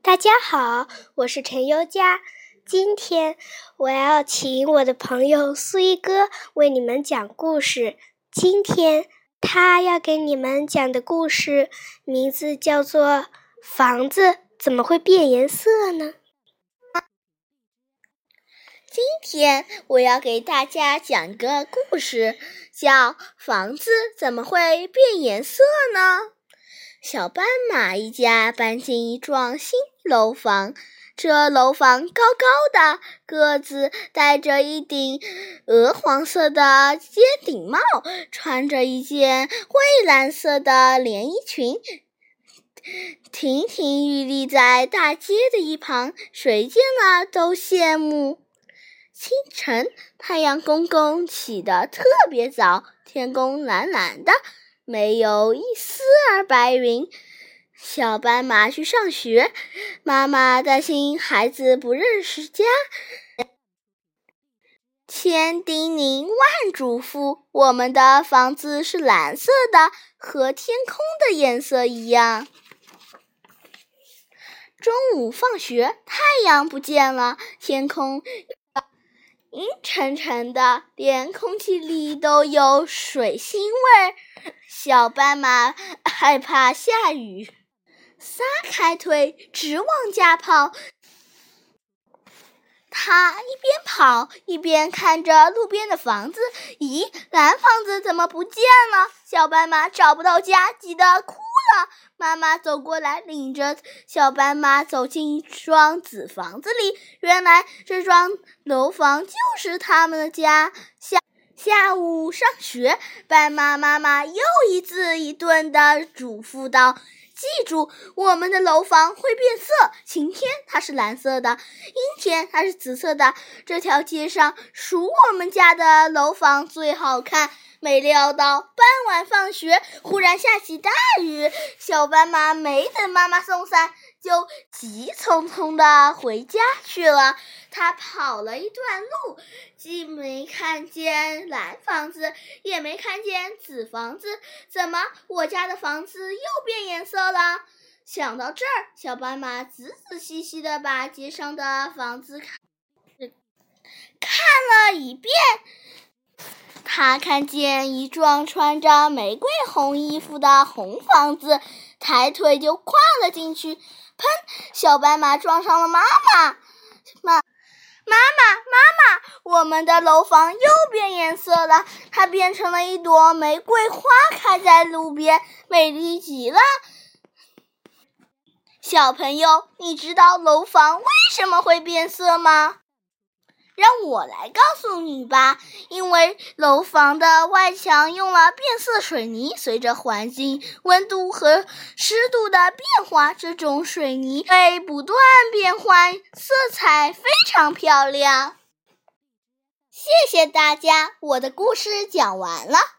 大家好，我是陈优佳。今天我要请我的朋友苏一哥为你们讲故事。今天他要给你们讲的故事名字叫做《房子怎么会变颜色呢》。 今天我要给大家讲一个故事，叫《房子怎么会变颜色呢》。小斑马一家搬进一幢新楼房，这楼房高高的，个子戴着一顶鹅黄色的尖顶帽，穿着一件蔚蓝色的连衣裙，亭亭玉立在大街的一旁，谁见了都羡慕。清晨，太阳公公起得特别早，天空蓝蓝的，没有一丝儿白云。小斑马去上学，妈妈担心孩子不认识家，千叮咛万嘱咐，我们的房子是蓝色的，和天空的颜色一样。中午放学，太阳不见了，天空阴沉沉的，连空气里都有水腥味。小斑马害怕下雨，撒开腿直往家跑。他一边跑一边看着路边的房子，咦，蓝房子怎么不见了？小斑马找不到家，急得哭了。妈妈走过来，领着小斑马走进一幢紫房子里，原来这幢楼房就是他们的家。下午上学，斑马妈妈又一字一顿地嘱咐道，记住，我们的楼房会变色，晴天它是蓝色的，阴天它是紫色的。这条街上属我们家的楼房最好看。没料到傍晚放学，忽然下起大雨，小斑马没等妈妈送伞，就急匆匆地回家去了。他跑了一段路，既没看见蓝房子，也没看见紫房子，怎么我家的房子又变颜色了？想到这儿，小斑马仔仔细细地把街上的房子看了一遍。他看见一幢穿着玫瑰红衣服的红房子，抬腿就跨了进去。砰！小斑马撞上了妈妈。妈妈，我们的楼房又变颜色了，它变成了一朵玫瑰花，开在路边，美丽极了。小朋友，你知道楼房为什么会变色吗？让我来告诉你吧，因为楼房的外墙用了变色水泥，随着环境温度和湿度的变化，这种水泥会不断变换，色彩非常漂亮。谢谢大家，我的故事讲完了。